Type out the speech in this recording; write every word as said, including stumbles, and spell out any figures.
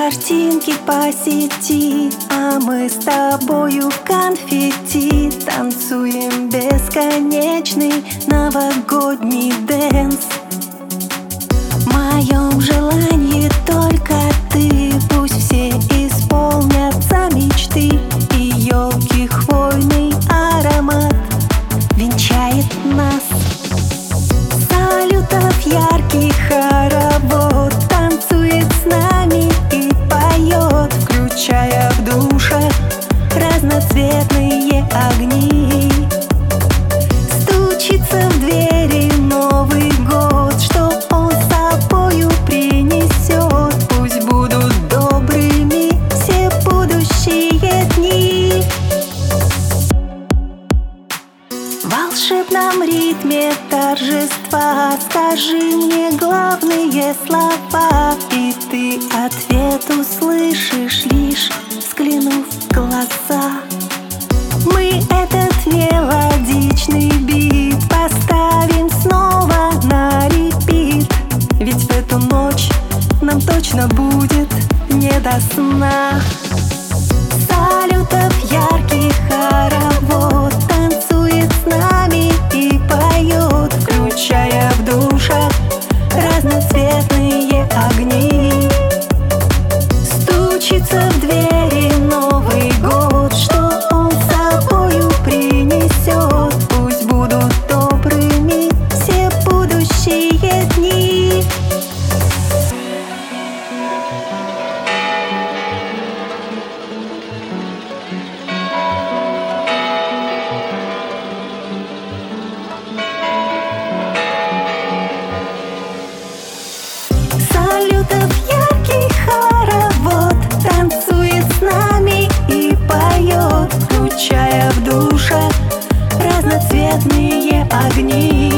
картинки по сети, а мы с тобою конфетти танцуем бесконечный новогодний дэнс. В моем желании только ты, пусть все исполнятся мечты, и елки хвойный аромат венчает нас. Салютов яркий хоровод танцует с нами и поет, включая в душах разноцветные огни. Стучится в двери Новый год, что он с собою принесет. Пусть будут добрыми все будущие дни. В волшебном ритме торжества скажи мне главные слова, и ты ответ услышишь, лишь взглянув в глаза. Мы этот мелодичный бит поставим снова на репит, ведь в эту ночь нам точно будет не до сна. Салютов яркий хоровод танцует с нами и поет, включая в душах разноцветные огни. Стучится в двери Новый год, что он с собою принесет. Пусть будут добрыми все будущие дни. Салютов яркий хоровод танцует с нами и поет, включая в душах разноцветные огни.